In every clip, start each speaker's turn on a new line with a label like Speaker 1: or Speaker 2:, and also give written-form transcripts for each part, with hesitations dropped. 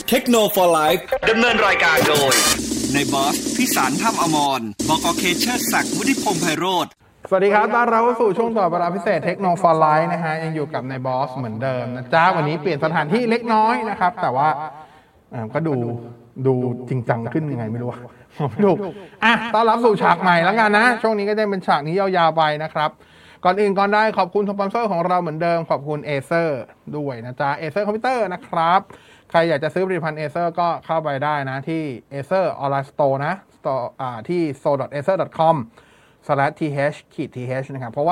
Speaker 1: เทคโนโลยีไลฟ์ดำเนินรายการโดยในบอสพิสารถ้ำอมรบก.เคเชอร์ศักดิ์วุฒิพงษ์ไพโรจน์
Speaker 2: สวัสดีครับต้อนรับเข้าสู่ช่วงต่อเวลาพิเศษเทคโนโลยีไลฟ์นะฮะยังอยู่กับในบอสเหมือนเดิมนะจ๊ะวันนี้เปลี่ยนสถานที่เล็กน้อยนะครับแต่ว่าก็ดูจริงจังขึ้นยังไงไม่รู้ไม่ถูกต้อนรับสู่ฉากใหม่แล้วกันนะช่วงนี้ก็จะเป็นฉากนี้ยาวๆไปนะครับก่อนอื่นก่อนได้ขอบคุณสปอนเซอร์ของเราเหมือนเดิมขอบคุณ Acer ด้วยนะจ๊ะ Acer คอมพิวเตอร์นะครับใครอยากจะซื้อผลิตภัณฑ์ Acer ก็เข้าไปได้นะที่ Acer Online Store นะ Store ที่ store.acer.com/th นะครับเพราะว่า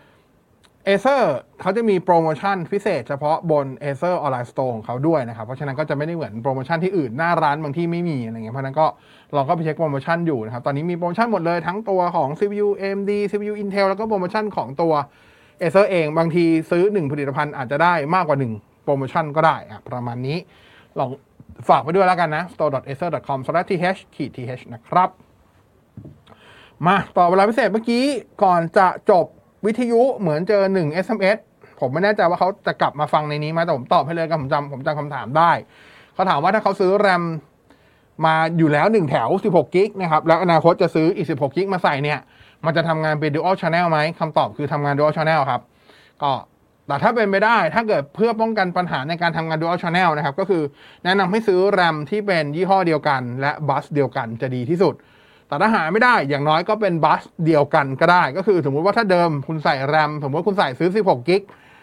Speaker 2: Acer เขาจะมีโปรโมชั่นพิเศษเฉพาะบน Acer Online Store ของเขาด้วยนะครับเพราะฉะนั้นก็จะไม่ได้เหมือนโปรโมชั่นที่อื่นหน้าร้านบางที่ไม่มีอะไรเงี้ยเพราะนั้นก็ลองเข้าไปเช็คโปรโมชั่นอยู่นะครับตอนนี้มีโปรโมชั่นหมดเลยทั้งตัวของ CPU AMD CPU Intel แล้วก็โปรโมชั่นของตัว Acer เองบางทีซื้อ1ผลิตภัณฑ์อาจจะได้มากกว่า1โปรโมชั่นก็ได้ประมาณนี้ลองฝากไปด้วยแล้วกันนะ store.acer.com/th นะครับมาต่อเวลาพิเศษเมื่อกี้ก่อนจะจบวิทยุเหมือนเจอ1 SMS ผมไม่แน่ใจว่าเขาจะกลับมาฟังในนี้ไหมแต่ผมตอบให้เลยกันผมจำคำถามได้เขาถามว่าถ้าเขาซื้อแรมมาอยู่แล้ว1แถว16กิกนะครับแล้วอนาคตจะซื้ออีก16กิกมาใส่เนี่ยมันจะทำงานเป็น Dual Channel ไหมคำตอบคือทำงาน Dual Channel ครับก็แต่ถ้าเป็นไปได้ถ้าเกิดเพื่อป้องกันปัญหาในการทำงาน Dual Channel นะครับก็คือแนะนำให้ซื้อแรมที่เป็นยี่ห้อเดียวกันและบัสเดียวกันจะดีที่สุดแต่ถ้าหาไม่ได้อย่างน้อยก็เป็นบัสเดียวกันก็ได้ก็คือสมมุติว่าถ้าเดิมคุณใส่แรมสมมติว่าคุณใส่ซื้อ16กิก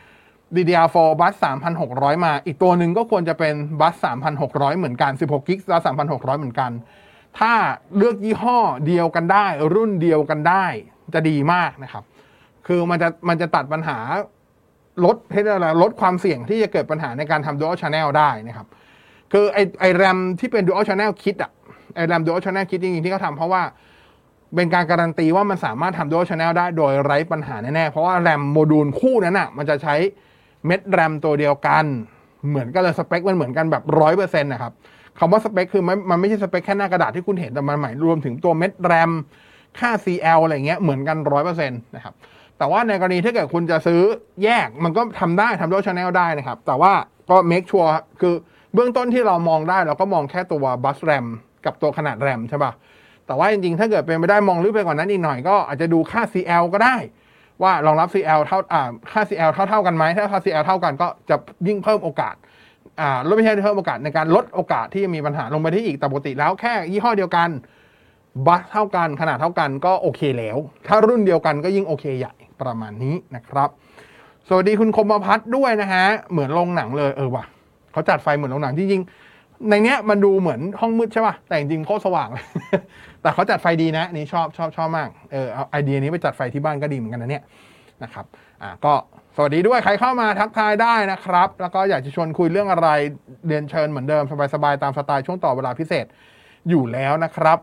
Speaker 2: DDR4 บัส 3,600 มาอีกตัวหนึ่งก็ควรจะเป็นบัส 3,600 เหมือนกัน16กิกแล้ว 3,600 เหมือนกันถ้าเลือกยี่ห้อเดียวกันได้รุ่นเดียวกันได้จะดีมากนะครับคือมันจะตัดปัญหาลดความเสี่ยงที่จะเกิดปัญหาในการทำ Dual Channel ได้นะครับคือไอแรมที่เป็น Dual Channel Kit ไอแรม Dual Channel Kit จริงๆที่เขาทำเพราะว่าเป็นการการันตีว่ามันสามารถทำ Dual Channel ได้โดยไร้ปัญหาแน่ๆเพราะว่าแรมโมดูลคู่นั้นมันจะใช้เม็ดแรมตัวเดียวกันเหมือนกันเลยสเปคมันเหมือนกันแบบ 100% นะครับคำว่าสเปคคือมันไม่ใช่สเปคแค่หน้ากระดาษที่คุณเห็นแต่มันหมายรวมถึงตัวเม็ดแรมค่า CL อะไรเงี้ยเหมือนกัน 100% นะครับแต่ว่าในกรณีถ้าเกิดคุณจะซื้อแยกมันก็ทำได้ทำ Dual Channel ได้นะครับแต่ว่าก็ make sure คือเบื้องต้นที่เรามองได้เราก็มองแค่ตัวบัสแรมกับตัวขนาดแรมใช่ป่ะแต่ว่าจริงๆถ้าเกิดเป็นไปได้มองลึกไปกว่านั้นอีกหน่อยก็อาจจะดูค่า CL ก็ได้ว่ารองรับ CL เท่าค่า CL เท่ากันไหมถ้าค่า CL เท่ากันก็จะยิ่งเพิ่มโอกาสไม่ใช่เพิ่มโอกาสในการลดโอกาสที่จะมีปัญหาลงไปได้อีกแต่ปกติแล้วแค่ยี่ห้อเดียวกันบัสเท่ากันขนาดเท่ากันก็โอเคแล้วถ้ารุ่นเดียวกันก็ยิ่งโอเคใหญ่ประมาณนี้นะครับสวัสดีคุณคมพัฒน์ด้วยนะฮะเหมือนโรงหนังเลยว่ะเขาจัดไฟเหมือนโรงหนังจริงๆในเนี้ยมันดูเหมือนห้องมืดใช่ป่ะแต่จริงๆโคตรสว่าง แต่เขาจัดไฟดีนะนี่ชอบมากเอาไอเดียนี้ไปจัดไฟที่บ้านก็ดีเหมือนกันนะเนี่ยนะครับก็สวัสดีด้วยใครเข้ามาทักทายได้นะครับแล้วก็อยากจะชวนคุยเรื่องอะไรเรียนเชิญเหมือนเดิมสบายๆตามสไตล์ช่วงต่อเวลาพิเศษอยู่แล้วนะครับ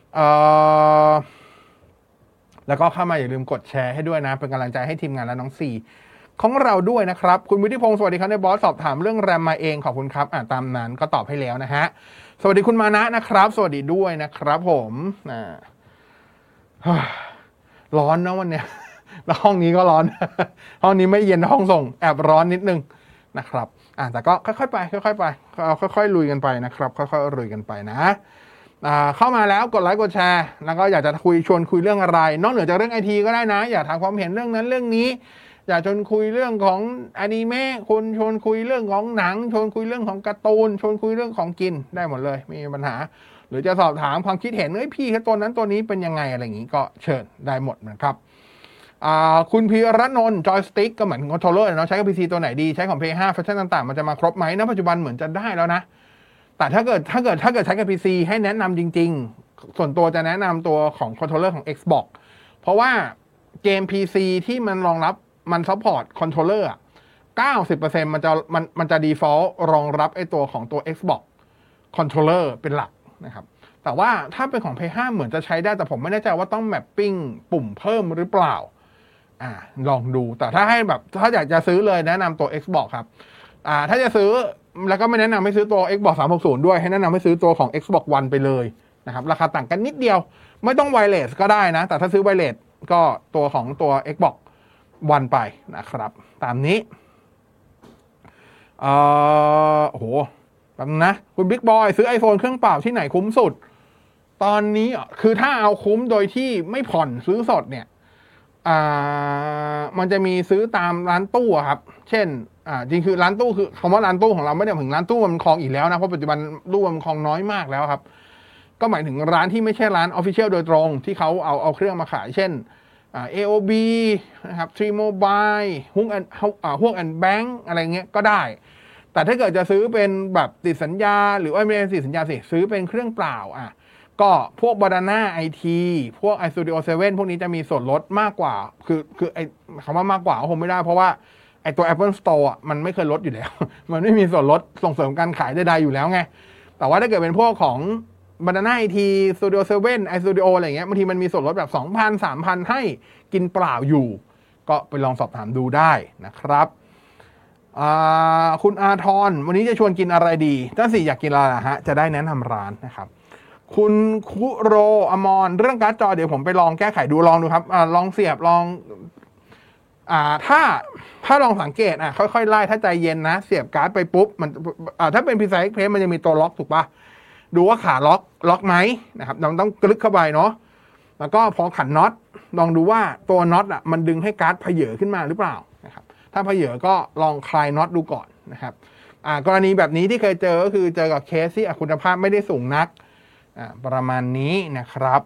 Speaker 2: แล้วก็เข้ามาอย่าลืมกดแชร์ให้ด้วยนะเป็นกำลังใจให้ทีมงานและน้องซีของเราด้วยนะครับคุณวุฒิพงศ์สวัสดีครับในบอสสอบถามเรื่องแรมมาเองขอบคุณครับตามนั้นก็ตอบให้แล้วนะฮะสวัสดีคุณมานะนะครับสวัสดีด้วยนะครับผมร้อนนะวันเนี้ยแล้วห้องนี้ก็ร้อน ห้องนี้ไม่เย็นห้องส่งแอบร้อนนิดนึงนะครับแต่ก็ค่อยๆไปค่อยๆไปค่อยๆลุยกันไปนะครับค่อยๆลุยกันไปนะเข้ามาแล้วกดไลค์กดแชร์แล้วก็อยากจะชวนคุยเรื่องอะไรนอกเหนือจากเรื่องไอทีก็ได้นะอยากถามความเห็นเรื่องนั้นเรื่องนี้อยากชวนคุยเรื่องของอนิเมะคุณชวนคุยเรื่องของหนังชวนคุยเรื่องของการ์ตูนชวนคุยเรื่องของกินได้หมดเลยไม่มีปัญหาหรือจะสอบถามความคิดเห็นพี่ตัวนั้นตัวนี้เป็นยังไงอะไรอย่างนี้ก็เชิญได้หมดนะครับคุณพีรนนท์จอยสติ๊กก็เหมือนคอนโทรลเลอร์เนาะใช้กับ PC ตัวไหนดีใช้ของ PS5 ฟังก์ชันต่างๆมันจะมาครบไหมณปัจจุบันเหมือนจะได้แล้วนะแต่ถ้าเกิดใช้กับ PC ให้แนะนำจริงๆส่วนตัวจะแนะนำตัวของคอนโทรลเลอร์ของ Xbox เพราะว่าเกม PC ที่มันรองรับมันซัพพอร์ตคอนโทรลเลอร์ 90% มันจะ default รองรับไอตัวของตัว Xbox controller เป็นหลักนะครับแต่ว่าถ้าเป็นของ PS5 เหมือนจะใช้ได้แต่ผมไม่แน่ใจว่าต้องแมปปิ้งปุ่มเพิ่มหรือเปล่าลองดูแต่ถ้าให้แบบถ้าอยากจะซื้อเลยแนะนำตัว Xbox ครับถ้าจะซื้อแล้วก็ไม่แนะนำให้ซื้อตัว Xbox 360 ด้วยให้แนะนำให้ซื้อตัวของ Xbox One ไปเลยนะครับราคาต่างกันนิดเดียวไม่ต้องไวเลสก็ได้นะแต่ถ้าซื้อไวเลสก็ตัวของตัว Xbox One ไปนะครับตามนี้โอ้โหแบบนะคุณบิ๊กบอยซื้อ iPhone เครื่องเปล่าที่ไหนคุ้มสุดตอนนี้คือถ้าเอาคุ้มโดยที่ไม่ผ่อนซื้อสดเนี่ยมันจะมีซื้อตามร้านตู้ครับเช่นจริงคือร้านตู้คือคำว่าร้านตู้ของเราไม่ได้ถึงร้านตู้มันคลองอีกแล้วนะเพราะปัจจุบันตู้มันคลองน้อยมากแล้วครับก็หมายถึงร้านที่ไม่ใช่ร้าน Official โดยตรงที่เขาเอาเครื่องมาขายเช่นAOB นะครับ T-Mobile ฮวกแอนด์แบงก์อะไรเงี้ยก็ได้แต่ถ้าเกิดจะซื้อเป็นแบบติดสัญญาหรือว่าไม่ได้ติดสัญญาสิซื้อเป็นเครื่องเปล่าก็พวก Banana IT พวก iStudio 7 พวกนี้จะมีส่วนลดมากกว่าคือไอ้คำว่ามากกว่าคงไม่ได้เพราะว่าไอ้ตัว Apple Store มันไม่เคยลดอยู่แล้ว มันไม่มีส่วนลดส่งเสริมการขายใดๆอยู่แล้วไงแต่ว่าถ้าเกิดเป็นพวกของ Banana IT Studio 7 iStudio อะไรเงี้ยบางทีมันมีส่วนลดแบบ 2,000 3,000 ให้กินเปล่าอยู่ก็ไปลองสอบถามดูได้นะครับคุณอาทรวันนี้จะชวนกินอะไรดีถ้าสิอยากกินอะไรฮะจะได้แนะนำร้านนะครับคุณคุโรอมรเรื่องการ์ดจอเดี๋ยวผมไปลองแก้ไขดูลองดูครับลองเสียบลองถ้าลองสังเกตค่อยๆไล่ถ้าใจเย็นนะเสียบการ์ดไปปุ๊บมันถ้าเป็น PCI Express มันจะมีตัวล็อกถูกปะดูว่าขาล็อกไหมนะครับเราต้องกลึกเข้าไปเนาะแล้วก็พอขันน็อตลองดูว่าตัวน็อตมันดึงให้การ์ดเผยขึ้นมาหรือเปล่านะครับถ้าเผยก็ลองคลายน็อตดูก่อนนะครับกรณีแบบนี้ที่เคยเจอก็คือเจอกับเคสที่คุณภาพไม่ได้สูงนักประมาณนี้นะครับ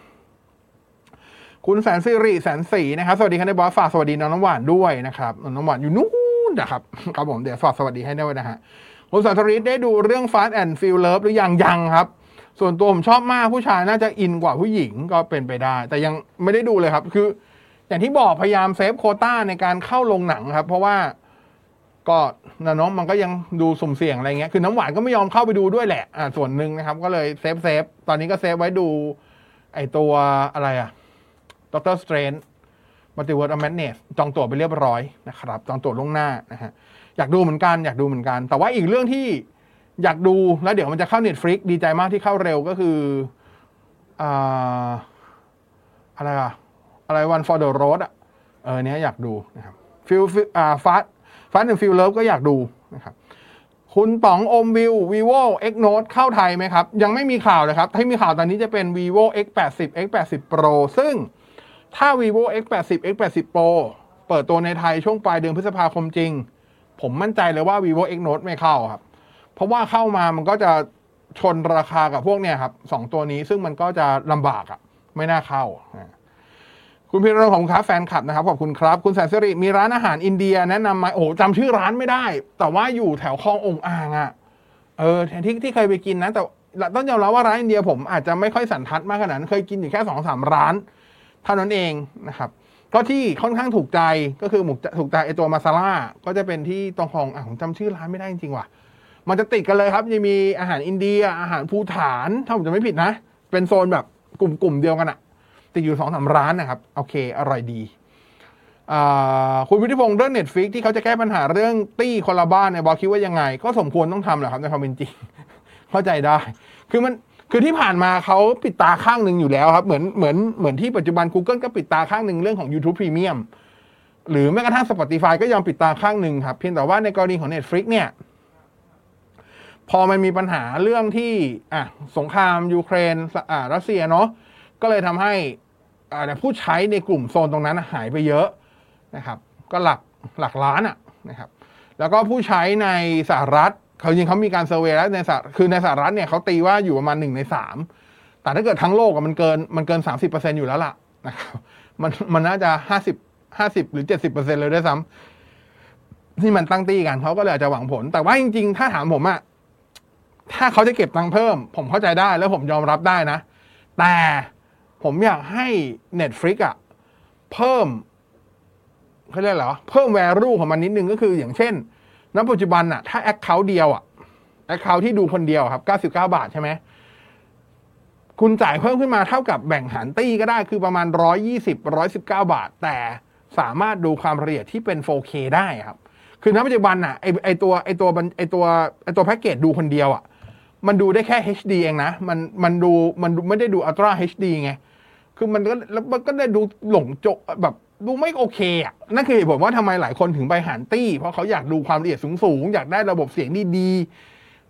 Speaker 2: คุณแสนสิริแสนสีนะครับสวัสดีครับในบอสฝากสวัสดีน้องน้ำหวานด้วยนะครับน้องน้ำหวานอยู่นู้นนะครับครับผมเดี๋ยวฝากสวัสดีให้ด้วยนะฮะคุณสันทริศได้ดูเรื่อง Fast and Furious หรือยังครับส่วนตัวผมชอบมากผู้ชายน่าจะอินกว่าผู้หญิงก็เป็นไปได้แต่ยังไม่ได้ดูเลยครับคืออย่างที่บอกพยายามเซฟโควต้าในการเข้าลงหนังครับเพราะว่าก็น้องมันก็ยังดูสุ่มเสี่ยงอะไรเงี้ยคือน้ำหวานก็ไม่ยอมเข้าไปดูด้วยแหละส่วนหนึ่งนะครับก็เลยเซฟตอนนี้ก็เซฟไว้ดูไอตัวอะไรDoctor Strange Multiverse of Madness จองตั๋วไปเรียบร้อยนะครับจองตั๋วล่วงหน้านะฮะอยากดูเหมือนกันแต่ว่าอีกเรื่องที่อยากดูแล้วเดี๋ยวมันจะเข้า Netflix ดีใจมากที่เข้าเร็วก็คืออะไรOne for the Road เนี้ยอยากดูนะครับFast and Furious ก็อยากดูนะครับคุณป๋องอมวิว vivo X Note เข้าไทยไหมครับยังไม่มีข่าวเลยครับที่มีข่าวตอนนี้จะเป็น vivo X80 X80 Pro ซึ่งถ้า vivo X80 X80 Pro เปิดตัวในไทยช่วงปลายเดือนพฤษภาคมจริงผมมั่นใจเลยว่า vivo X Note ไม่เข้าครับเพราะว่าเข้ามามันก็จะชนราคากับพวกเนี้ยครับ2ตัวนี้ซึ่งมันก็จะลำบากไม่น่าเข้าคุณพิรพงศ์ครับแฟนคลับนะครับขอบคุณครับคุณแสนสิริมีร้านอาหารอินเดียแนะนำไหมโอ้จำชื่อร้านไม่ได้แต่ว่าอยู่แถวคลององอ่างที่เคยไปกินนะแต่ต้องยอมรับว่าร้านอินเดียผมอาจจะไม่ค่อยสันทัดมากขนาดนั้นเคยกินอยู่แค่ 2-3 ร้านเท่านั้นเองนะครับก็ที่ค่อนข้างถูกใจก็คือถูกใจไอตัวมาซาล่าก็จะเป็นที่ตรงคลองผมจำชื่อร้านไม่ได้จริงๆว่ะมันจะติดกันเลยครับจะมีอาหารอินเดียอาหารภูฐานถ้าผมจะไม่ผิดนะเป็นโซนแบบกลุ่มเดียวกันติดอยู่ 2-3 ร้านนะครับโอเคอร่อยดีคุณวิทิพงษ์เรื่อง Netflix ที่เขาจะแก้ปัญหาเรื่องตี้คนละบ้านเนี่ยบอกคิดว่ายังไงก็สมควรต้องทำแหละครับในความเป็นจริง เข้าใจได้คือที่ผ่านมาเขาปิดตาข้างหนึ่งอยู่แล้วครับเหมือนที่ปัจจุบัน Google ก็ปิดตาข้างหนึ่งเรื่องของ YouTube Premium หรือแม้กระทั่ง Spotify ก็ยอมปิดตาข้างหนึ่งครับเพียงแต่ว่าในกรณีของ Netflix เนี่ยพอมันมีปัญหาเรื่องที่สงครามยูเครนรัสเซียเนาะก็เลยทำให้ผู้ใช้ในกลุ่มโซนตรงนั้นหายไปเยอะนะครับก็หลักล้านนะครับแล้วก็ผู้ใช้ในสหรัฐเขาจริงเขามีการเซอร์เวย์แล้วในสหรัฐเนี่ยเขาตีว่าอยู่ประมาณ1 ใน 3แต่ถ้าเกิดทั้งโลกมันเกิน 30% อยู่แล้วล่ะนะครับมันน่าจะ50หรือ 70% เลยด้วยซ้ำที่มันตั้งตี้กันเขาก็เลยอาจจะหวังผลแต่ว่าจริงๆถ้าถามผมถ้าเขาจะเก็บตังค์เพิ่มผมเข้าใจได้แล้วผมยอมรับได้นะแต่ผมอยากให้ Netflix เพิ่มเขาเรียกเหรอเพิ่ม value ของมันนิดนึงก็คืออย่างเช่นณปัจจุบันถ้า account เดียวaccount ที่ดูคนเดียวครับ99 บาทใช่ไหมคุณจ่ายเพิ่มขึ้นมาเท่ากับแบ่งหารตี้ก็ได้คือประมาณ119 บาทแต่สามารถดูความละเอียดที่เป็น 4K ได้ครับคือณปัจจุบันไอตัวแพ็กเกจดูคนเดียวมันดูได้แค่ HD เองนะมันดูไม่ได้ดู Ultra HD ไงคือมันก็ได้ดูหลงโจแบบดูไม่โอเคนั่นคือเหตุผลว่าทำไมหลายคนถึงไปหารตี้เพราะเขาอยากดูความละเอียดสูงอยากได้ระบบเสียงดีๆ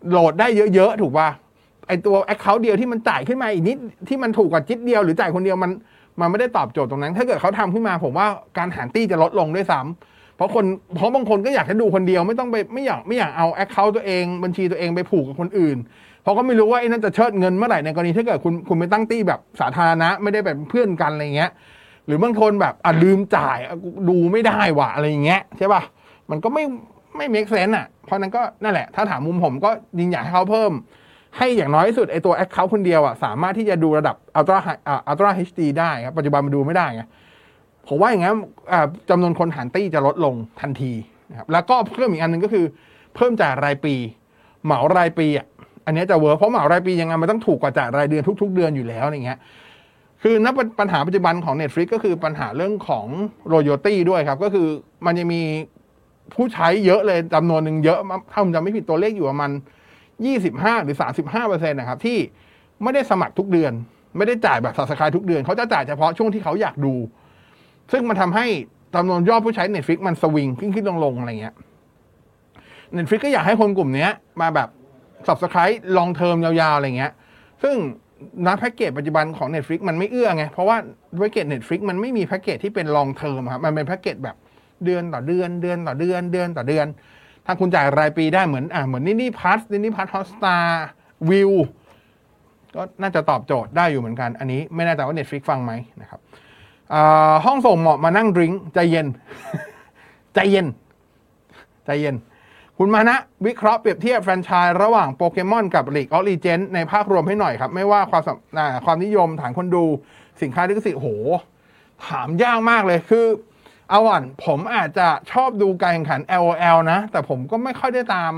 Speaker 2: โหลดได้เยอะๆถูกป่ะไอตัว account เดียวที่มันจ่ายขึ้นมาอีกนิดที่มันถูกกว่าจิ๊ดเดียวหรือจ่ายคนเดียวมันไม่ได้ตอบโจทย์ตรงนั้น ถ้าเกิดเขาทำขึ้นมาผมว่าการหารตี้จะลดลงด้วยซ้ำเพราะบางคนก็อยากจะดูคนเดียวไม่ต้องไปไม่อยากเอา account ตัวเองบัญชีตัวเองไปผูกกับคนอื่นเพราะก็ไม่รู้ว่าไอ้นั่นจะเชิดเงินเมื่อไหร่ในกรณีถ้าเกิดคุณไปตั้งตี้แบบสาธารณะไม่ได้แบบเพื่อนกันอะไรเงี้ยหรือบางคนแบบลืมจ่ายดูไม่ได้ว่ะอะไรอย่างเงี้ยใช่ป่ะมันก็ไม่เมคเซนส์อ่ะเพราะนั้นก็นั่นแหละถ้าถามมุมผมก็ยิงอยากให้เขาเพิ่มให้อย่างน้อยที่สุดไอตัว account คนเดียวอ่ะสามารถที่จะดูระดับ Ultra HD ได้ครับปัจจุบันมันดูไม่ได้ไงผมว่าอย่างงั้นจำนวนคนหารตี้จะลดลงทันทีนะครับแล้วก็เพิ่มอีกอันนึงก็คือเพิ่มจ่ายรายปีเหมารายปีอ่ะอันนี้จะเวิร์คเพราะเหมารายปียังไงมันต้องถูกกว่าจ่ายรายเดือนทุกๆเดือนอยู่แล้วอย่างเงี้ยคือณปัญหาปัจจุบันของ Netflix ก็คือปัญหาเรื่องของ royalty ด้วยครับก็คือมันจะมีผู้ใช้เยอะเลยจำนวนหนึ่งเยอะถ้าผมจำไม่ผิดตัวเลขอยู่ประมาณ25 หรือ 35% นะครับที่ไม่ได้สมัครทุกเดือนไม่ได้จ่ายแบบ Subscribe ทุกเดือนเขาจะจ่ายเฉพาะช่วงที่เขาอยากดูซึ่งมันทำให้จำนวนยอดผู้ใช้ Netflix มันสวิงขึ้นลงอะไรเงี้ย Netflix ก็อยากให้คนกลุ่มนี้มาแบบ Subscribe long term ยาวๆอะไรเงี้ยซึ่งณแพ็กเกจปัจจุบันของ Netflix มันไม่เอื้อไงเพราะว่าแพ็กเกจ Netflix มันไม่มีแพ็กเกจที่เป็น long term ครับมันเป็นแพ็กเกจแบบเดือนต่อเดือนเดือนต่อเดือนเดือนต่อเดือนถ้าคุณจ่ายรายปีได้เหมือนนี่พัทฮอตสตาร์วิวก็น่าจะตอบโจทย์ได้อยู่เหมือนกันอันนี้ไม่แน่ใจว่า Netflix ฟังไหมนะครับห้องส่งเหมาะมานั่งดริงก์ใจเย็น ใจเย็นคุณมานะวิเคราะห์เปรียบเทียบแฟรนไชส์ระหว่างโปเกมอนกับ League of Legends ในภาพรวมให้หน่อยครับไม่ว่าความนิยมฐานคนดูสินค้าลิขสิทธิ์โหถามยากมากเลยคือเอาก่อนผมอาจจะชอบดูการแข่งขัน LOL นะแต่ผมก็ไม่ค่อยได้ตาม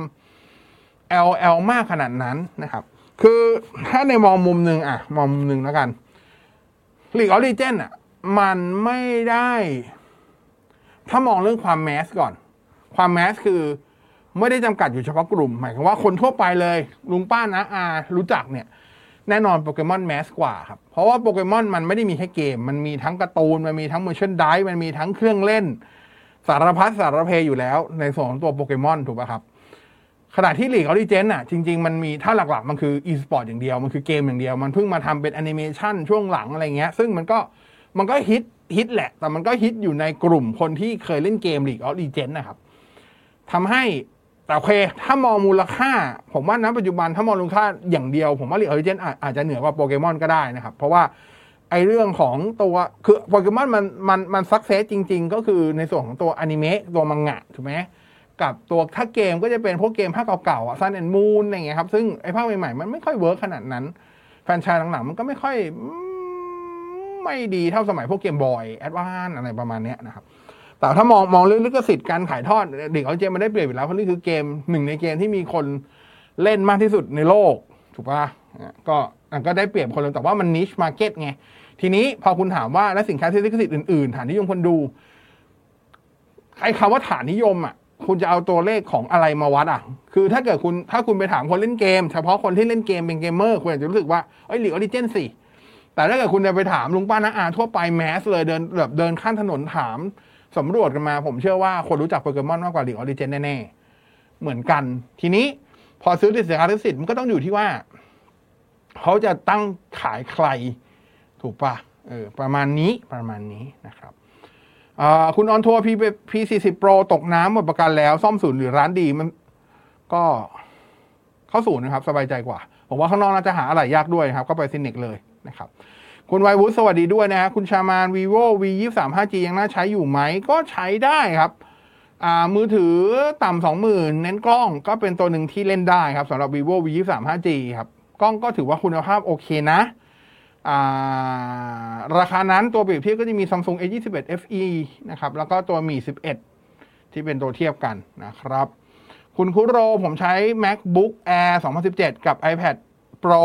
Speaker 2: LOL มากขนาดนั้นนะครับคือถ้าในมองมุมหนึ่งมองมุมหนึ่งแล้วกัน League of Legends มันไม่ได้ถ้ามองเรื่องความแมสก่อนความแมสคือไม่ได้จำกัดอยู่เฉพาะกลุ่มหมายความว่าคนทั่วไปเลยลุงป้านะรู้จักเนี่ยแน่นอนโปเกมอนแมสกว่าครับเพราะว่าโปเกมอนมันไม่ได้มีแค่เกมมันมีทั้งการ์ตูนมันมีทั้งเมอร์ชันไดส์มันมีทั้งเครื่องเล่นสารพัดสารเพอยู่แล้วในส่วนของตัวโปเกมอนถูกป่ะครับขณะที่ League of Legends จริงๆมันมีถ้าหลักๆมันคือ e-sport อย่างเดียวมันคือเกมอย่างเดียวมันเพิ่งมาทำเป็นแอนิเมชันช่วงหลังอะไรเงี้ยซึ่งมันก็ฮิตแหละแต่มันก็ฮิตอยู่ในกลุ่มคนที่เคยเล่นเกม League of Legends นะครับทำให้แต่โอเคถ้ามองมูลค่าผมว่าณปัจจุบันถ้ามองมูลค่าอย่างเดียวผมว่า League of Legends อาจจะเหนือกว่าโปเกมอนก็ได้นะครับเพราะว่าไอเรื่องของตัวคือโปเกมอนมันซักเซสจริงๆก็คือในส่วนของตัวอนิเมะตัวมังงะถูกไหมกับตัวถ้าเกมก็จะเป็นพวกเกมภาคเก่าๆSun and Moon อะไรเงี้ยครับซึ่งไอภาคใหม่ๆมันไม่ค่อยเวิร์คขนาดนั้นแฟรนไชส์หลังๆมันก็ไม่ค่อยไม่ดีเท่าสมัยพวกเกมบอยแอดวานซ์อะไรประมาณนี้นะครับแต่ถ้ามองเรื่องลิขสิทธิ์การขายทอดเด็กเอาเจมมันได้เปรียบอยู่แล้วเพราะนี่คือเกมหนึ่งในเกมที่มีคนเล่นมากที่สุดในโลกถูกป่ะก็ได้เปรียบคนเลยแต่ว่ามันนิชมาร์เก็ตไงทีนี้พอคุณถามว่าแล้วสินค้าที่ลิขสิทธิ์อื่นๆฐานนิยมคนดูไอ้คำว่าฐานนิยมคุณจะเอาตัวเลขของอะไรมาวัดคือถ้าคุณไปถามคนเล่นเกมเฉพาะคนที่เล่นเกมเป็นเกมเมอร์คุณอาจจะรู้สึกว่าLeague of Legends สิแต่ถ้าเกิดคุณจะไปถามลุงป้าน้าทั่วไปแมสเลยเดินข้ามถนนถามสำรวจกันมาผมเชื่อว่าคนรู้จักโปเกมอนมากกว่า League of Legends แน่ๆเหมือนกันทีนี้พอซื้อสินค้าลิขสิทธิ์มันก็ต้องอยู่ที่ว่าเขาจะตั้งขายใครถูกป่ะประมาณนี้นะครับคุณออนทัวร์ P40 Pro ตกน้ำหมดประกันแล้วซ่อมศูนย์หรือร้านดีมันก็เข้าศูนย์นะครับสบายใจกว่าผมว่าข้างนอกน่าจะหาอะไรยากด้วยครับก็ไปซินเน็กเลยนะครับคุณไววุฒิสวัสดีด้วยนะฮะคุณชามาน vivo V23 5G ยังน่าใช้อยู่ไหมก็ใช้ได้ครับมือถือต่ำ 20,000 เน้นกล้องก็เป็นตัวหนึ่งที่เล่นได้ครับสำหรับ vivo V23 5G ครับกล้องก็ถือว่าคุณภาพโอเคนะราคานั้นตัวเปรียบเทียบก็จะมี Samsung A21 FE นะครับแล้วก็ตัวมี 11ที่เป็นตัวเทียบกันนะครับคุณคุโรผมใช้ MacBook Air 2017 กับ iPad Pro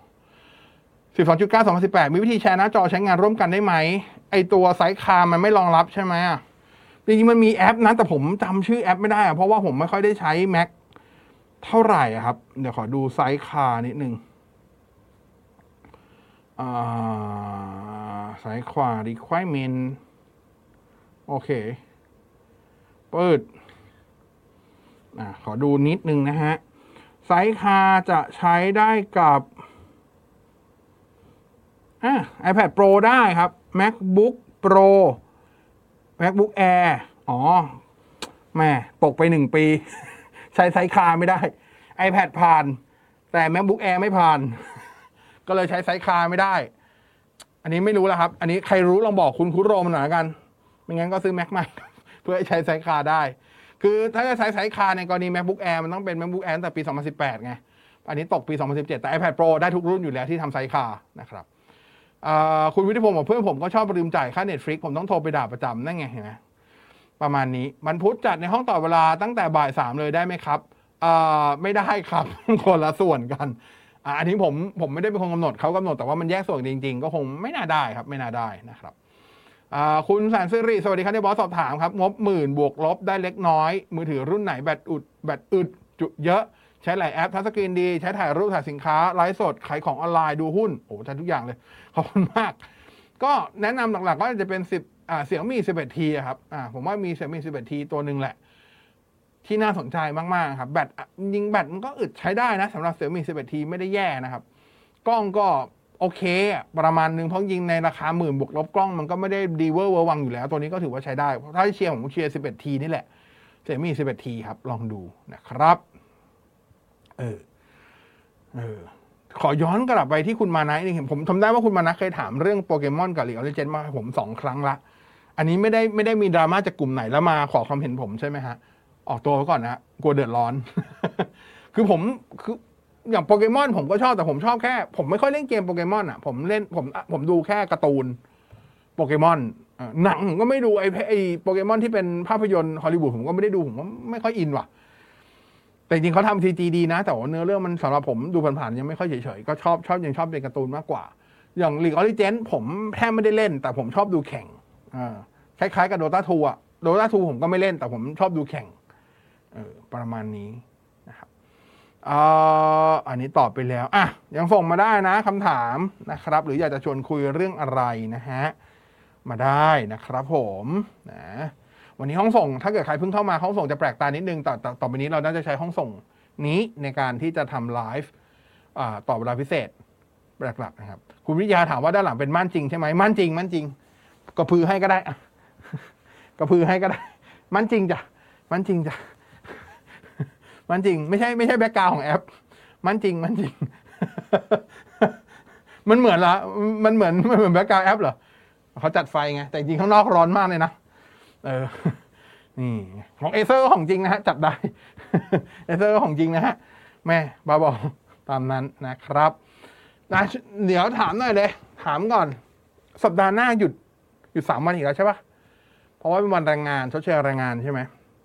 Speaker 2: 12.9 2018 มีวิธีแชร์หน้าจอใช้งานร่วมกันได้ไหมไอตัวไซส์คามันไม่รองรับใช่ไหมจริงๆมันมีแอปนะแต่ผมจำชื่อแอปไม่ได้เพราะว่าผมไม่ค่อยได้ใช้ Mac เท่าไหร่ครับเดี๋ยวขอดูไซส์คานิดนึงสายขวา requirement โอเคเปิดขอดูนิดนึงนะฮะไซไซส์คาจะใช้ได้กับiPad Pro ได้ครับ MacBook Pro MacBook Air แม่ตกไป1 ปี ใช้ไซส์คาไม่ได้ iPad ผ่านแต่ MacBook Air ไม่ผ่าน ก็เลยใช้ไซส์คาไม่ได้ อันนี้ไม่รู้แล้วครับ อันนี้ใครรู้ลองบอกคุณคุโรมาหน่อยกันไม่งั้นก็ซื้อ Mac ใหม่ เพื่อให้ใช้ไซส์คาได้คือถ้าจะใช้ไซส์คาในกรณี MacBook Air มันต้องเป็น MacBook Air ตั้งแต่ปี 2018 ไงอันนี้ตกปี 2017 แต่ iPad Pro ได้ทุกรุ่นอยู่แล้วที่ทำไซส์คานะครับคุณวิทยพงศ์บอกเพื่อนผมก็ชอบลืมจ่ายค่า Netflix ผมต้องโทรไปด่าประจำนั่นไงเห็นไหมประมาณนี้วันพุธจัดในห้องต่อเวลาตั้งแต่บ่าย 3เลยได้ไหมครับไม่ได้ครับ คนละส่วนกันอันนี้ผมไม่ได้เป็นคนกำหนดเขากำหนดแต่ว่ามันแยกส่วนจริงๆก็คงไม่น่าได้ครับไม่น่าได้นะครับคุณแสนสิริสวัสดีครับในบอสสอบถามครับงบ10,000บวกลบได้เล็กน้อยมือถือรุ่นไหนแบตอึดจุเยอะใช้หลายแอปทัชสกรีนดีใช้ถ่ายรูปถ่ายสินค้าไลฟ์สดขายของออนไลน์ดูหุ้นใช้ทุกอย่างเลยขอบคุณมากก็แนะนำหลักๆก็จะเป็นXiaomi 11T ครับผมว่ามี Xiaomi 11T ตัวหนึ่งแหละที่น่าสนใจมากๆครับแบตยิงแบตมันก็อึดใช้ได้นะสำหรับ Xiaomi 11T ไม่ได้แย่นะครับกล้องก็โอเคประมาณนึงเพราะยิงในราคา10,000บวกลบกล้องมันก็ไม่ได้ดีเวอร์วังอยู่แล้วตัวนี้ก็ถือว่าใช้ได้ถ้าเชียร์ผมเชียร์ 11T นี่แหละ Xiaomi 11T ครับลองดูนะครับขอย้อนกลับไปที่คุณมานะนี่ผมทำได้ว่าคุณมานะเคยถามเรื่องโปเกมอนกับLeague of Legendsมาผม2 ครั้งละอันนี้ไม่ได้มีดราม่าจากกลุ่มไหนแล้วมาขอความเห็นผมใช่ไหมฮะออกตัวไว้ก่อนนะกลัวเดือดร้อน คืออย่างโปเกมอนผมก็ชอบแต่ผมชอบแค่ผมไม่ค่อยเล่นเกมโปเกมอนผมดูแค่การ์ตูนโปเกมอนหนังผมก็ไม่ดูไอ้โปเกมอนที่เป็นภาพยนตร์ฮอลลีวูดผมก็ไม่ได้ดูผมก็ไม่ค่อยอินว่ะแต่จริงเขาทำCGดีนะแต่ว่าเนื้อเรื่องมันสำหรับผมดูผ่านๆยังไม่ค่อยเฉยๆก็ชอบยังชอบเป็นการ์ตูนมากกว่าอย่าง League of Legends ผมแทบไม่ได้เล่นแต่ผมชอบดูแข่งคล้ายๆกับ Dota 2 อ่ะ Dota 2 ผมก็ไม่เล่นแต่ผมชอบดูแข่งประมาณนี้นะครับอันนี้ตอบไปแล้วยังส่งมาได้นะคำถามนะครับหรืออยากจะชวนคุยเรื่องอะไรนะฮะมาได้นะครับผมนะวันนี้ห้องส่งถ้าเกิดใครเพิ่งเข้ามาห้องส่งจะแปลกตานิดนึงต่อไปนี้เราน่าจะใช้ห้องส่งนี้ในการที่จะทำไลฟ์ต่อเวลาพิเศษหลักๆนะครับคุณวิทยาถามว่าด้านหลังเป็นม่านจริงใช่ไหมม่านจริงก็พือให้ก็ได้ก็พือให้ก็ได้ม่านจริงจ้ะม่านจริงไม่ใช่แบ็คกราวด์ของแอปม่านจริงมันเหมือนละมันเหมือนแบ็คกราวด์แอปเหรอเขาจัดไฟไงแต่จริงข้างนอกร้อนมากเลยนะนี่ของเอเซอร์ของจริงนะฮะจัดได้เอเซอร์ของจริงนะฮะแม่บ้าบอตามนั้นนะครับเดี๋ยวถามหน่อยเลยถามก่อนสัปดาห์หน้าหยุด3 วันอีกแล้วใช่ปะเพราะว่าเป็นวันแรงงานชดเชยแรงงานใช่ไหม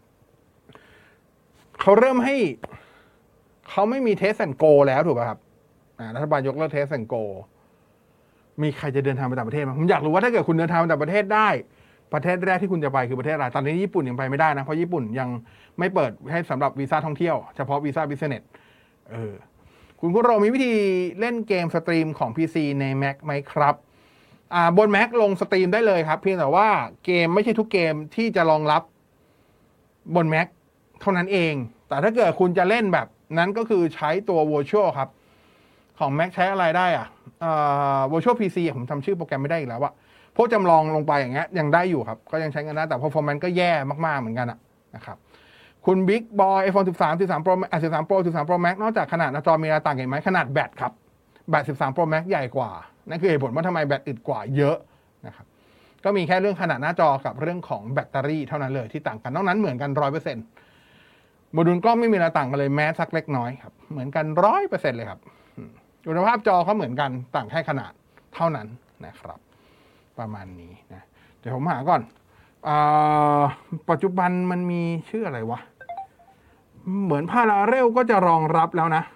Speaker 2: เขาเริ่มให้เขาไม่มีเทสแอนด์โกแล้วถูกป่ะครับรัฐบาลยกเลิกเทสแอนด์โกมีใครจะเดินทางไปต่างประเทศไหมผมอยากรู้ว่าถ้าเกิดคุณเดินทางไปต่างประเทศได้ประเทศแรกที่คุณจะไปคือประเทศอะไรตอนนี้ญี่ปุ่นยังไปไม่ได้นะเพราะญี่ปุ่นยังไม่เปิดให้สำหรับวีซ่าท่องเที่ยวเฉพาะวีซ่าบิสเนสคุณคุโรมีวิธีเล่นเกมสตรีมของ PC ใน Mac ไหมครับบน Mac ลงสตรีมได้เลยครับเพียงแต่ว่าเกมไม่ใช่ทุกเกมที่จะรองรับบน Mac เท่านั้นเองแต่ถ้าเกิดคุณจะเล่นแบบนั้นก็คือใช้ตัว Virtual ครับของ Mac ใช้อะไรได้Virtual PC ผมจำชื่อโปรแกรมไม่ได้อีกแล้วอะพวกจำลองลงไปอย่างเงี้ยยังได้อยู่ครับก็ยังใช้งานได้แต่ performance ก็แย่มากๆเหมือนกันนะครับคุณบิ๊กบอย iPhone 13 Pro 13 Pro 13 Pro Max นอกจากขนาดหน้าจอมีอะไรต่างกันไหมขนาดแบตครับแบต13 Pro Max ใหญ่กว่านั่นคือเหตุผลว่าทำไมแบตอึดกว่าเยอะนะครับก็มีแค่เรื่องขนาดหน้าจอกับเรื่องของแบตเตอรี่เท่านั้นเลยที่ต่างกันนอกนั้นเหมือนกัน 100% โมดูลกล้องไม่มีอะไรต่างกันเลยแม้สักเล็กน้อยครับเหมือนกัน 100% เลยครับคุณภาพจอเขาเหมือนกันต่างแค่ขนาดเท่านั้นนะครับประมาณนี้นะเดี๋ยวผมหาก่อนปัจจุบันมันมีชื่ออะไรวะเหมือนพาราเรลก็จะรองรับแล้วนะ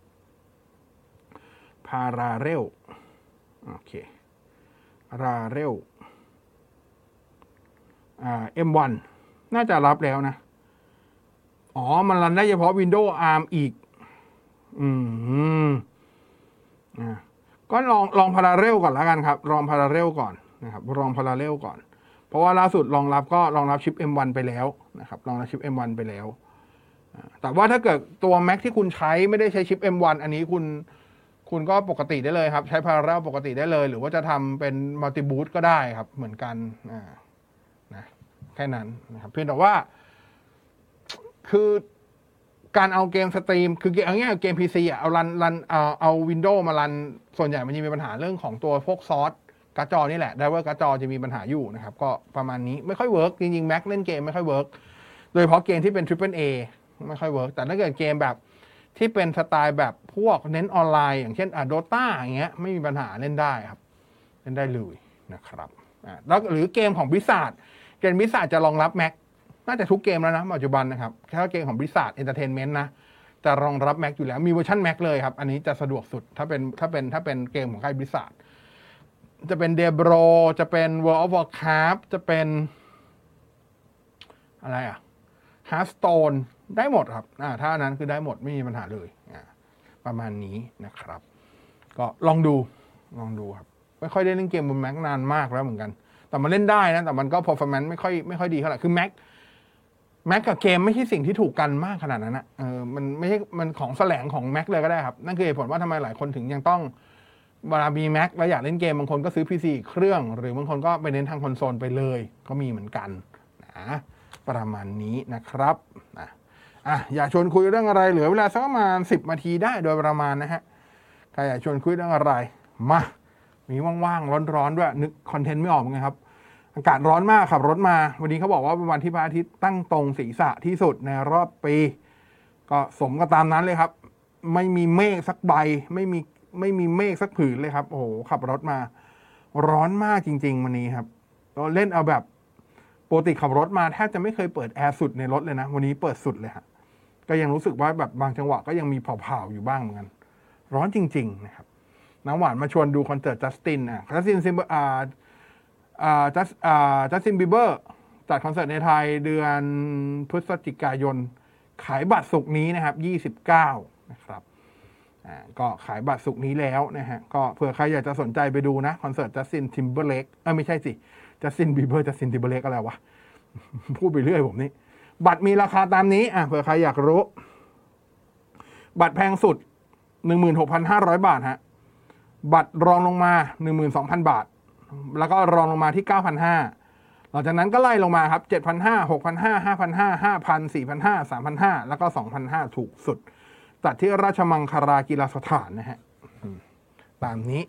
Speaker 2: พาราเรลโอเคราเรลM1 น่าจะรับแล้วนะมันรันได้เฉพาะ Windows ARM อีกก็ลองพาราเรลก่อนแล้วกันครับลองพาราเรลก่อนนะครับลองพาราเรลก่อนเพราะว่าล่าสุดรองรับชิป M1 ไปแล้วนะครับรองรับชิป M1 ไปแล้วแต่ว่าถ้าเกิดตัว Mac ที่คุณใช้ไม่ได้ใช้ชิป M1 อันนี้คุณก็ปกติได้เลยครับใช้ Parallel ปกติได้เลยหรือว่าจะทำเป็น Multi Boot ก็ได้ครับเหมือนกันนะแค่นั้นนะครับเพียงแต่ว่าคือการเอาเกมสตรีมคือเอาง่ายๆเกม PC อ่ะเอารันเอา Windows มารันส่วนใหญ่มันจะมีปัญหาเรื่องของตัวพวกซอสการ์ดจอนี่แหละไดรเวอร์การ์ดจอจะมีปัญหาอยู่นะครับก็ประมาณนี้ไม่ค่อยเวิร์กจริงๆ Mac เล่นเกมไม่ค่อยเวิร์กโดยเฉพาะเกมที่เป็น Triple A ไม่ค่อยเวิร์กแต่ถ้าเกิดเกมแบบที่เป็นสไตล์แบบพวกเน้นออนไลน์อย่างเช่นDota อย่างเงี้ยไม่มีปัญหาเล่นได้ครับเล่นได้เลยนะครับแล้วหรือเกมของ Blizzard เกม Blizzard จะรองรับ Mac น่าจะทุกเกมแล้วนะปัจจุบันนะครับแค่เกมของ Blizzard Entertainment นะจะรองรับ Mac อยู่แล้วมีเวอร์ชัน Mac เลยครับอันนี้จะสะดวกสุดถ้าเป็นเกมของค่าย Blizzard จะเป็น Diablo จะเป็น World of Warcraft จะเป็นอะไรHearthstone ได้หมดครับถ้าอันนั้นคือได้หมดไม่มีปัญหาเลยประมาณนี้นะครับก็ลองดูครับไม่ค่อยได้เล่นเกมบน Mac นานมากแล้วเหมือนกันแต่มันเล่นได้นะแต่มันก็ performance ไม่ค่อยดีเท่าไหร่คือ Mac กับเกมไม่ใช่สิ่งที่ถูกกันมากขนาดนั้นนะมันไม่ใช่มันของแสลงของ Mac เลยก็ได้ครับนั่นคือเหตุผลว่าทำไมหลายคนถึงยังต้องเวลามี Mac แล้วอยากเล่นเกมบางคนก็ซื้อ PC อีกเครื่องหรือบางคนก็ไปเน้นทางคอนโซลไปเลยก็มีเหมือนกันนะประมาณนี้นะครับอยากชวนคุยเรื่องอะไรเหลือเวลาสักประมาณ10 นาทีได้โดยประมาณนะฮะใครอยากชวนคุยเรื่องอะไรมามีว่างๆร้อนๆด้วยนึกคอนเทนต์ไม่ออกไงครับอากาศร้อนมากขับรถมาวันนี้เขาบอกว่าเป็นวันที่พระอาทิตย์ตั้งตรงศีรษะที่สุดในรอบปีก็สมก็ตามนั้นเลยครับไม่มีเมฆสักใบไม่มีเมฆสักผืนเลยครับโอ้โหขับรถมาร้อนมากจริงๆวันนี้ครับเราเล่นเอาแบบปกติขับรถมาแทบจะไม่เคยเปิดแอร์สุดในรถเลยนะวันนี้เปิดสุดเลยฮะก็ยังรู้สึกว่าแบบบางจังหวะก็ยังมีเผาๆอยู่บ้างเหมือนกันร้อนจริงๆนะครับน้ำหวานมาชวนดูคอนเสิร์ตจัสตินจัสตินบีเบอร์จัดคอนเสิร์ตในไทยเดือนพฤศจิกายนขายบัตรศุกร์นี้นะครับ29นะครับก็ขายบัตรศุกร์นี้แล้วนะฮะก็เผื่อใครอยากจะสนใจไปดูนะคอนเสิร์ตจัสตินทิมเบอร์เลกไม่ใช่สิจัสตินบีเบอร์จัสตินทิมเบอร์เลกอะไรวะพูดไปเรื่อยผมนี่บัตรมีราคาตามนี้เผื่อใครอยากรู้บัตรแพงสุด 16,500 บาทฮะบัตรรองลงมา 12,000 บาทแล้วก็รองลงมาที่ 9,500 หลังจากนั้นก็ไล่ลงมาครับ 7,500 6,500 5,500 5,000 4,500 3,500 แล้วก็ 2,500 ถูกสุดจัดที่ราชมังคลากีฬาสถานนะฮะตามนี้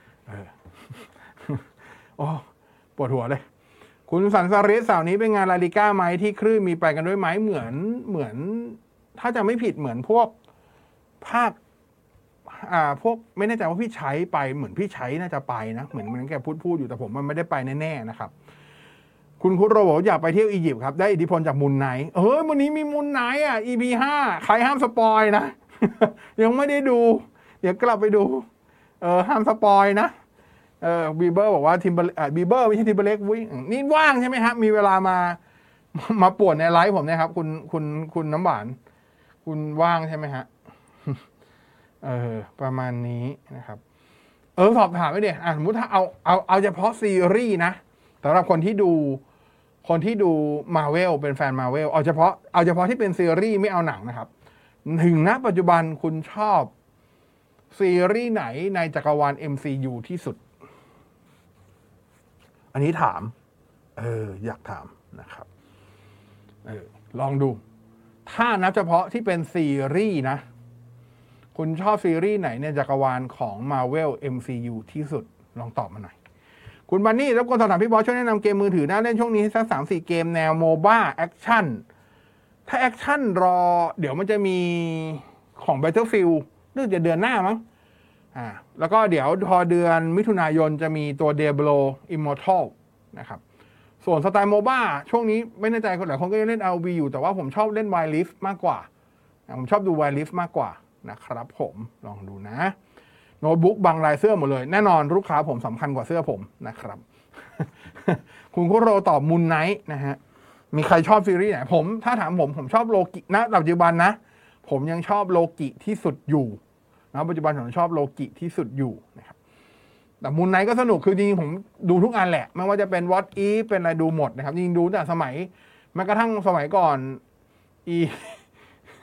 Speaker 2: โอ้ปวดหัวเลยคุณสันสริศเสาร์นี้เป็นงานลาลิก้าไหมที่คลื่นมีไปกันด้วยไหมเหมือนถ้าจะไม่ผิดเหมือนพวกภาคพวกไม่แน่ใจว่าพี่ใช้ไปเหมือนพี่ใช้น่าจะไปนะเหมือนแกพูดอยู่แต่ผมมันไม่ได้ไปแน่ๆนะครับคุณคุโรบอกอยากไปเที่ยวอียิปต์ครับได้อิทธิพลจากมูนไนท์วันนี้มีมูนไนท์EP 5ใครห้ามสปอยนะ ยังไม่ได้ดูเดี๋ยวกลับไปดูห้ามสปอยนะบีเบอร์บอกว่าบีเบอร์ไม่ใช่ทิมเบอร์เล็กวิ่งนี่ว่างใช่ไหมครับมีเวลามาป่วนในไลฟ์ผมนะครับคุณน้ำหวานคุณว่างใช่ไหมฮะประมาณนี้นะครับสอบถามไปเดี๋ยวสมมติถ้าเอาเฉพาะซีรีส์นะสำหรับคนที่ดูMarvel เป็นแฟน Marvel เอาเฉพาะที่เป็นซีรีส์ไม่เอาหนังนะครับถึงณปัจจุบันคุณชอบซีรีส์ไหนในจักรวาล MCU ที่สุดอันนี้ถามอยากถามนะครับลองดูถ้านับเฉพาะที่เป็นซีรีส์นะคุณชอบซีรีส์ไหนในจักรวาลของ Marvel MCU ที่สุดลองตอบมาหน่อยคุณบันนี่แล้วก็สอบถามพี่บอสช่วยแนะนำเกมมือถือน่าเล่นช่วงนี้ให้สัก 3-4 เกมแนวโมบ้าแอคชั่นถ้าแอคชั่นรอเดี๋ยวมันจะมีของ Battlefield เรื่องจะเดือนหน้ามั้งแล้วก็เดี๋ยวพอเดือนมิถุนายนจะมีตัว Diablo Immortal นะครับส่วนสไตล์โมบ้าช่วงนี้ไม่แน่ใจคนหลายคนก็ยังเล่น RV อยู่แต่ว่าผมชอบเล่น Wild Rift มากกว่าผมชอบดู Wild Rift มากกว่านะครับผมลองดูนะโน้ตบุ๊กบางลายเสื้อหมดเลยแน่นอนลูกค้าผมสำคัญกว่าเสื้อผมนะครับ คุณคุโรตอบมูนไนท์นะฮะมีใครชอบซีรีส์ไหนผมถ้าถามผมชอบโลกินะปัจจุบันนะผมยังชอบโลกิที่สุดอยู่นะปัจจุบันผมชอบโลกิที่สุดอยู่นะครับแต่มูนไนท์ก็สนุกคือจริงๆผมดูทุกอันแหละไม่ว่าจะเป็น What If เป็นอะไรดูหมดนะครับจริงๆดูแต่สมัยแม้กระทั่งสมัยก่อน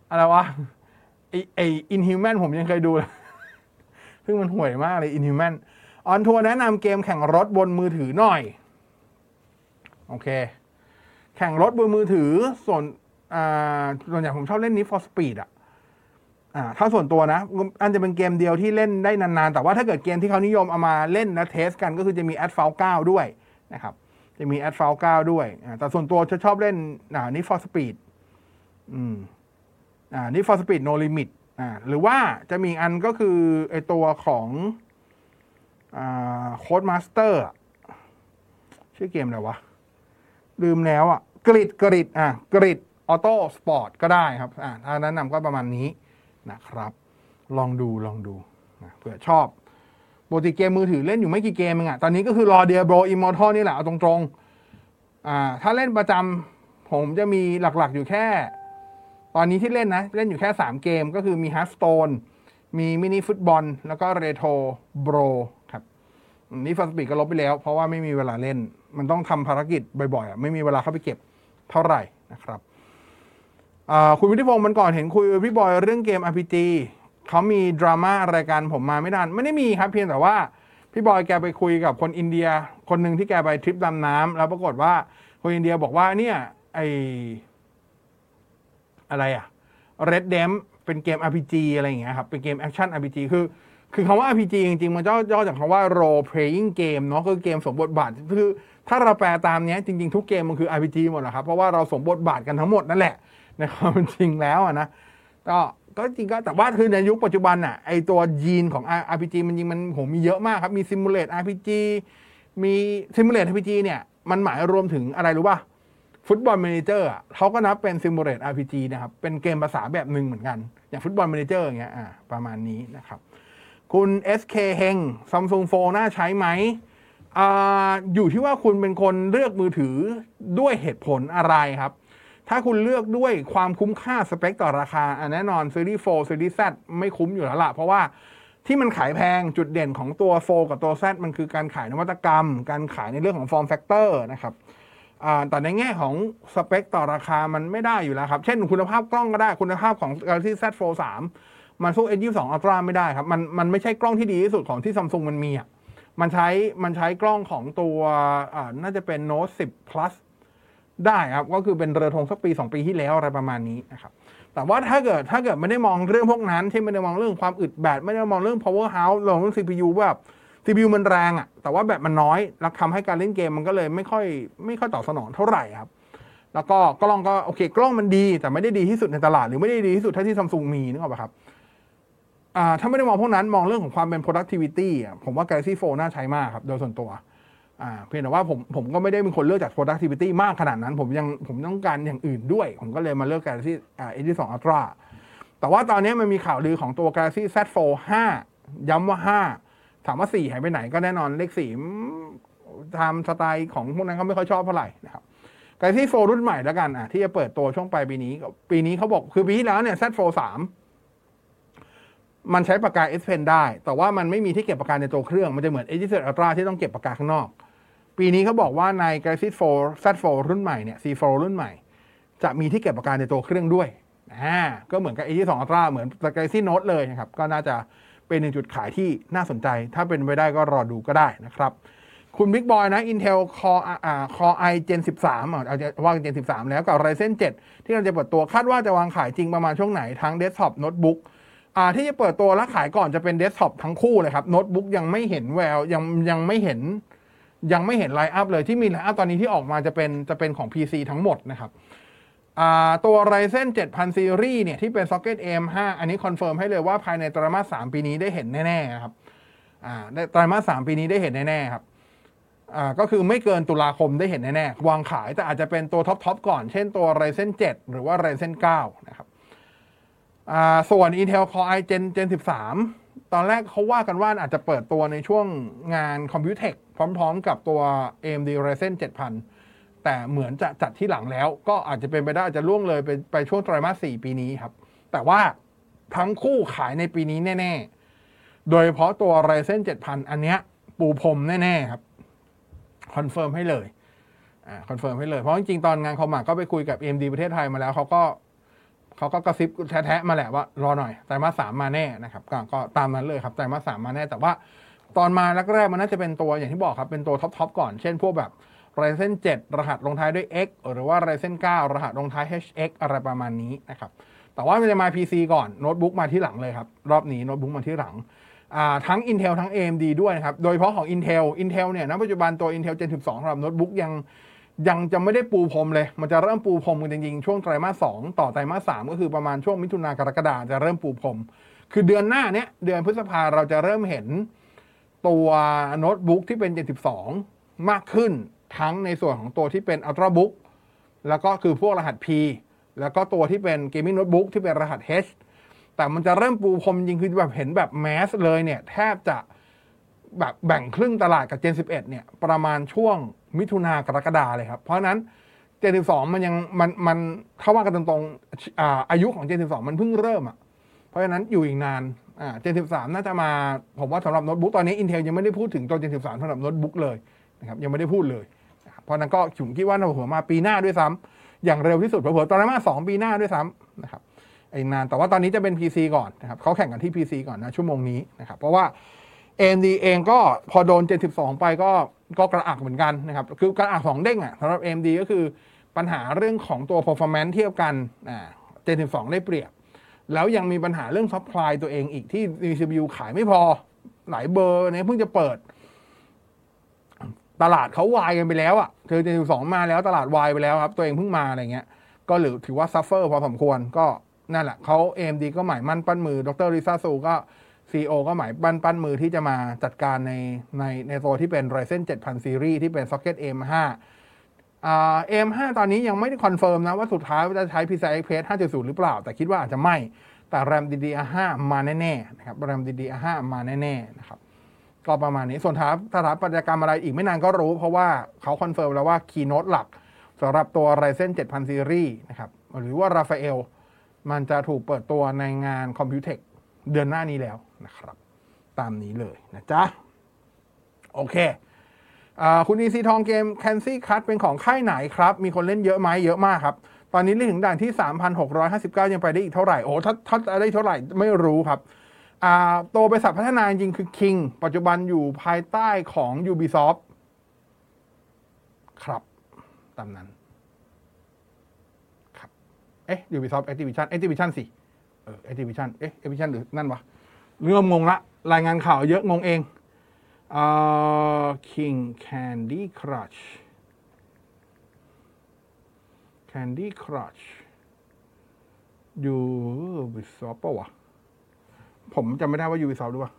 Speaker 2: อะไรวะไอInhuman ผมยังเคยดูเลยซึ่งมันห่วยมากเลย Inhuman ออนทัวร์แนะนำเกมแข่งรถบนมือถือหน่อยโอเคแข่งรถบนมือถือส่วนใหญ่ผมชอบเล่นNeed for Speed ถ้าส่วนตัวนะอันจะเป็นเกมเดียวที่เล่นได้นานๆแต่ว่าถ้าเกิดเกมที่เขานิยมเอามาเล่นและเทสกันก็คือจะมี Asphalt 9 ด้วยนะครับจะมี Asphalt 9 ด้วยแต่ส่วนตัวชอบเล่นNeed for Speed Need for Speed No Limit หรือว่าจะมีอันก็คือไอตัวของCodemaster ชื่อเกมอะไรวะลืมแล้วกริดกริดออโต้สปอร์ตก็ได้ครับถ้าแนะนำก็ประมาณนี้นะครับลองดูนะเผื่อชอบปกติเกมมือถือเล่นอยู่ไม่กี่เกมเองตอนนี้ก็คือรอ Diablo Immortal นี่แหละเอาตรงๆถ้าเล่นประจำผมจะมีหลักๆอยู่แค่ตอนนี้ที่เล่นเล่นอยู่แค่3เกมก็คือมี Hearthstone มีมินิฟุตบอลแล้วก็ Retro Bro ครับนี่ฟัสปีดก็ลบไปแล้วเพราะว่าไม่มีเวลาเล่นมันต้องทำภารกิจบ่อยๆไม่มีเวลาเข้าไปเก็บเท่าไหร่นะครับคุณวิทิพงศ์มันก่อนเห็นคุยกับพี่บอยเรื่องเกม RPG เขามีดราม่ารายการผมมาไม่นานไม่ได้มีครับเพียงแต่ว่าพี่บอยแกไปคุยกับคนอินเดียคนหนึ่งที่แกไปทริปดำน้ำแล้วปรากฏว่าคนอินเดียบอกว่าเนี่ยอะไรRed Dead เป็นเกม RPG อะไรอย่างเงี้ยครับเป็นเกมแอคชั่น RPG คือคำว่า RPG จริงๆมันย่อจากคำว่า role playing game เนาะคือเกมสมบทบาทคือถ้าเราแปลตามนี้จริงๆทุกเกมมันคือ RPG หมดแหละครับเพราะว่าเราสมบทบาทกันทั้งหมดนั่นแหละในความจริงแล้วนะก็จริงก็แต่ว่าคือในยุคปัจจุบันไอตัวยีนของ RPG มันจริงมันผมมีเยอะมากครับมี Simulate RPG มี Simulate RPG เนี่ยมันหมายรวมถึงอะไรรู้ป่ะฟุตบอลเมเนเจอร์เขาก็นับเป็น Simulate RPG นะครับเป็นเกมภาษาแบบหนึ่งเหมือนกันอย่างฟุตบอลเมเนเจอร์อย่างเงี้ยประมาณนี้นะครับคุณ SK เฮง Samsung Fold น่าใช้ไหมอยู่ที่ว่าคุณเป็นคนเลือกมือถือด้วยเหตุผลอะไรครับถ้าคุณเลือกด้วยความคุ้มค่าสเปคต่อราคาแน่นอน Series 4 Series Z ไม่คุ้มอยู่แล้วล่ะเพราะว่าที่มันขายแพงจุดเด่นของตัว 4 กับตัว Z มันคือการขายนวัตกรรมการขายในเรื่องของ Form Factor นะครับแต่ในแง่ของสเปคต่อราคามันไม่ได้อยู่แล้วครับเช่นคุณภาพกล้องก็ได้คุณภาพของ Galaxy Z Fold 3มันสู้ S22 Ultra ไม่ได้ครับมันไม่ใช่กล้องที่ดีที่สุดของที่ Samsung มันมีมันใช้กล้องของตัวน่าจะเป็น Note 10 Plus ได้ครับก็คือเป็นเรือธงสักปี2ปีที่แล้วอะไรประมาณนี้นะครับแต่ว่าถ้าเกิดไม่ได้มองเรื่องพวกนั้นที่ไม่ได้มองเรื่องความอึดแบตไม่ได้มองเรื่อง power house เรื่อง CPU แบบ CPU มันแรงแต่ว่าแบตมันน้อยแล้วทำให้การเล่นเกมมันก็เลยไม่ค่อยตอบสนองเท่าไหร่ครับแล้วก็กล้องก็โอเคกล้องมันดีแต่ไม่ได้ดีที่สุดในตลาดหรือไม่ได้ดีที่สุดเท่าที่ Samsung มีนึกออกป่ะครับถ้าไม่ได้มองพวกนั้นมองเรื่องของความเป็น productivity ผมว่า Galaxy Fold น่าใช้มากครับโดยส่วนตัวเพียงแต่ว่าผมก็ไม่ได้เป็นคนเลือกจาก productivity มากขนาดนั้นผมต้องการอย่างอื่นด้วยผมก็เลยมาเลือก Galaxy S22 Ultra แต่ว่าตอนนี้มันมีข่าวลือของตัว Galaxy Z Fold 5ย้ำว่า5ถามว่า4หายไปไหนก็แน่นอนเลข4ตามสไตล์ของพวกนั้นเขาไม่ค่อยชอบเท่าไหร่นะครับ Galaxy Fold รุ่นใหม่แล้วกันที่จะเปิดตัวช่วงปลายปีนี้เขาบอกคือปีที่แล้วเนี่ย Z Fold 3มันใช้ปากกา S Pen ได้แต่ว่ามันไม่มีที่เก็บปากกาในตัวเครื่องมันจะเหมือน S22 Ultra ที่ต้องเก็บปากกาข้างนอกปีนี้เขาบอกว่าใน Galaxy Fold Z Fold รุ่นใหม่เนี่ย C Fold รุ่นใหม่จะมีที่เก็บปากกาในตัวเครื่องด้วยก็เหมือนกับ S22 Ultra เหมือน Galaxy Note เลยนะครับก็น่าจะเป็นหนึ่งจุดขายที่น่าสนใจถ้าเป็นไปได้ก็รอดูก็ได้นะครับคุณบิ๊กบอยนะ Intel Core i Gen 13เอาจะว่า Gen 13แล้วกับ Ryzen 7ที่เราจะเปิดตัวคาดว่าจะวางขายจริงประมาณช่วงไหนทั้ง Desktop Notebookที่จะเปิดตัวและขายก่อนจะเป็นเดสก์ท็อปทั้งคู่เลยครับโน้ตบุ๊กยังไม่เห็นแววยังไม่เห็นไลน์อัพเลยที่มีไลน์อัพตอนนี้ที่ออกมาจะเป็นของ PC ทั้งหมดนะครับตัว Ryzen 7000 Series เนี่ยที่เป็น Socket AM5 อันนี้คอนเฟิร์มให้เลยว่าภายในไตรมาส3ปีนี้ได้เห็นแน่ๆครับไตรมาส3ปีนี้ได้เห็นแน่ๆครับก็คือไม่เกินตุลาคมได้เห็นแน่ๆวางขายแต่อาจจะเป็นตัวท็อปก่อนเช่นตัว Ryzen 7 หรือว่า Ryzen 9 นะครับส่วน Intel Core i Gen 13ตอนแรกเขาว่ากันว่าอาจจะเปิดตัวในช่วงงาน Computex พร้อมๆกับตัว AMD Ryzen 7000 แต่เหมือนจะจัดที่หลังแล้วก็อาจจะเป็นไปได้อาจจะล่วงเลยไปช่วงไตรมาส4ปีนี้ครับแต่ว่าทั้งคู่ขายในปีนี้แน่ๆโดยเฉพาะตัว Ryzen 7000 อันเนี้ยปูพรมแน่ๆครับคอนเฟิร์มให้เลยเพราะจริงๆตอนงานคอมมาก็ไปคุยกับ AMD ประเทศไทยมาแล้วเขาก็เขาก็กระซิบแท้ๆมาแหละว่ารอหน่อยไตรมาส 3มาแน่นะครับก็ตามนั้นเลยครับไตรมาส 3มาแน่แต่ว่าตอนมาแรกๆมันน่าจะเป็นตัวอย่างที่บอกครับเป็นตัวท็อปก่อนเช่นพวกแบบ Ryzen 7 รหัสลงท้ายด้วย X หรือว่า Ryzen 9 รหัสลงท้าย HX อะไรประมาณนี้นะครับแต่ว่ามันจะมา PC ก่อนโน้ตบุ๊กมาที่หลังเลยครับรอบนี้โน้ตบุ๊กมาที่หลังทั้ง Intel ทั้ง AMD ด้วยนะครับโดยเฉพาะของ Intel เนี่ยณปัจจุบันตัว Intel Gen 12 สำหรับโน้ตบุ๊กยังจะไม่ได้ปูพรมเลยมันจะเริ่มปูพรมกันจริงๆช่วงไตรมาส 2ต่อไตรมาส 3ก็คือประมาณช่วงมิถุนายนกรกฎาคมจะเริ่มปูพรมคือเดือนหน้าเนี้ยเดือนพฤษภาเราจะเริ่มเห็นตัวโน้ตบุ๊กที่เป็น Gen 12 มากขึ้นทั้งในส่วนของตัวที่เป็น Ultrabook แล้วก็คือพวกรหัส P แล้วก็ตัวที่เป็น Gaming Notebook ที่เป็นรหัส H แต่มันจะเริ่มปูพรมจริงคือแบบเห็นแบบแมสเลยเนี่ยแทบจะแบบแบ่งครึ่งตลาดกับ Gen 11 เนี่ยประมาณช่วงมิถุนายนกรกฎาคมเลยครับเพราะฉะนั้น Gen 12 มันยังมันถ้าว่ากันตรงๆอายุของ Gen 12 มันเพิ่งเริ่มเพราะฉะนั้นอยู่อีกนานGen 13 น่าจะมาผมว่าสำหรับโน้ตบุ๊กตอนนี้ Intel ยังไม่ได้พูดถึงตัว Gen 13 สำหรับโน้ตบุ๊กเลยนะครับยังไม่ได้พูดเลยนะครับเพราะนั้นก็ฉุนคิดว่าหัวมาปีหน้าด้วยซ้ำอย่างเร็วที่สุดเผื่อๆตอนนั้นมา2ปีหน้าด้วยซ้ำนะครับอีกนานแต่ว่าตอนนี้จะเป็น PC ก่อนนะครับเขาแข่งกันที่ PC ก่อนนะชั่วโมงนี้นะครับเพราะว่า AMD เองก็พอโดน Gen 12 ไปก็กระอักเหมือนกันนะครับคือกระอัก2เด้งสำหรับ AMD ก็คือปัญหาเรื่องของตัว performance เทียบกันGen 12 ได้เปรียบแล้วยังมีปัญหาเรื่อง supply ตัวเองอีกที่ CPU ขายไม่พอหลายเบอร์เนี่ยเพิ่งจะเปิดตลาดเขาวายกันไปแล้วGen 12 มาแล้วตลาดวายไปแล้วครับตัวเองเพิ่งมาอะไรเงี้ยก็ถือว่า suffer พอสมควรก็นั่นแหละเขา AMD ก็หมายมั่นปั้นมือดรลิซ่าซูก็ CEO ก็หมายปั้นมือที่จะมาจัดการในตัวที่เป็น Ryzen 7000 Series ที่เป็น Socket AM5 AM5 ตอนนี้ยังไม่ได้คอนเฟิร์มนะว่าสุดท้ายจะใช้ PCI Express 5.0 หรือเปล่าแต่คิดว่าอาจจะไม่แต่ RAM DDR5 มาแน่ๆนะครับ RAM DDR5 มาแน่ๆนะครับก็ประมาณนี้ส่วนสถาปัตยกรรมอะไรอีกไม่นานก็รู้เพราะว่าเขาคอนเฟิร์มแล้วว่า Keynote หลักสำหรับตัว Ryzen 7000 Series นะครับหรือว่า Raphael มันจะถูกเปิดตัวในงาน Computex เดือนหน้านี้แล้วนะครับตามนี้เลยนะจ๊ะโอเคคุณอีซีทองเกม Cancy Cut เป็นของค่ายไหนครับมีคนเล่นเยอะไหมเยอะมากครับตอนนี้เล่นถึงด่านที่ 3,659 ยังไปได้อีกเท่าไหร่โอ้ถ้าได้เท่าไหร่ไม่รู้ครับตัวบริษัทพัฒนาจริงคือ King ปัจจุบันอยู่ภายใต้ของ Ubisoft ครับตามนั้นครับUbisoft Activision สิActivision Activision หรือนั่นวะเริ่มงงละรายงานข่าวเยอะงงเองKing Candy Crush Ubisoft ป่ะวะผมจำไม่ได้ว่า Ubisoft หรือเปล่า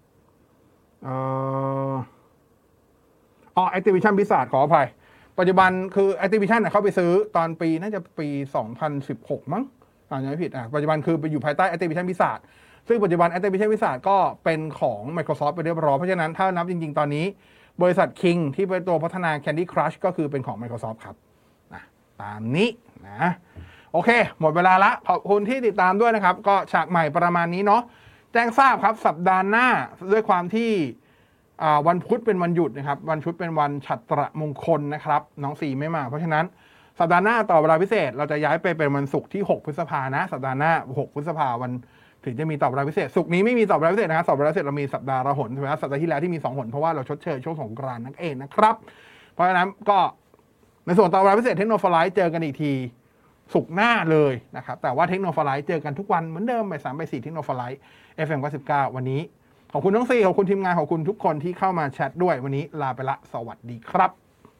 Speaker 2: Activision Blizzard ขออภัยปัจจุบันคือ Activision เข้าไปซื้อตอนปีน่าจะปี 2016 มั้งจำไม่ผิดปัจจุบันคือไปอยู่ภายใต้ Activision Blizzard ซึ่งปัจจุบัน Activision Blizzard ก็เป็นของ Microsoft ไปเรียบร้อยเพราะฉะนั้นถ้านับจริงๆตอนนี้บริษัท King ที่เป็นตัวพัฒนา Candy Crush ก็คือเป็นของ Microsoft ครับตามนี้นะโอเคหมดเวลาละขอบคุณที่ติดตามด้วยนะครับก็ฉากใหม่ประมาณนี้เนาะแจ้งทราบครับสัปดาห์หน้าด้วยความที่วันพุธเป็นวันหยุดนะครับวันพุธเป็นวันฉัตรมงคลนะครับน้องสีไม่มาเพราะฉะนั้นสัปดาห์หน้าต่อเวลาพิเศษเราจะย้ายไปเป็นวันศุกร์ที่6พฤษภานะสัปดาห์หน้า6พฤษภาวันถึงจะมีต่อเวลาพิเศษศุกร์นี้ไม่มีต่อเวลาพิเศษนะครับต่อเวลาพิเศษเรามีสัปดาห์ละหนใช่ไหมสัปดาห์ที่แล้วที่มี2หนเพราะว่าเราชดเชยช่วงสงกรานต์นั่นเองนะครับเพราะฉะนั้นก็ในส่วนต่อเวลาพิเศษเทคโนโลยีเจอกันอีกทีศุกร์หน้าเลยนะครับแต่ว่าเทคโนโลยีเจอกันทุกวันเหมือนเดิมบ่าย 3 บ่าย 4เทคโนโลยี FM 99วันนี้ขอบคุณทั้ง4ขอบคุณทีมงานขอบคุณทุกคนที่เข้ามาแชทด้วยวันนี้ลาไปละสวัสดีครับ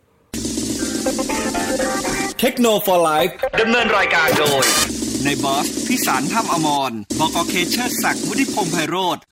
Speaker 1: เทคโนโลยีดำเนินรายการโดยในบอสพิสารถ้ำอมรบก.เคเชอร์ศักดิ์วุฒิพงษ์ไพโรจน์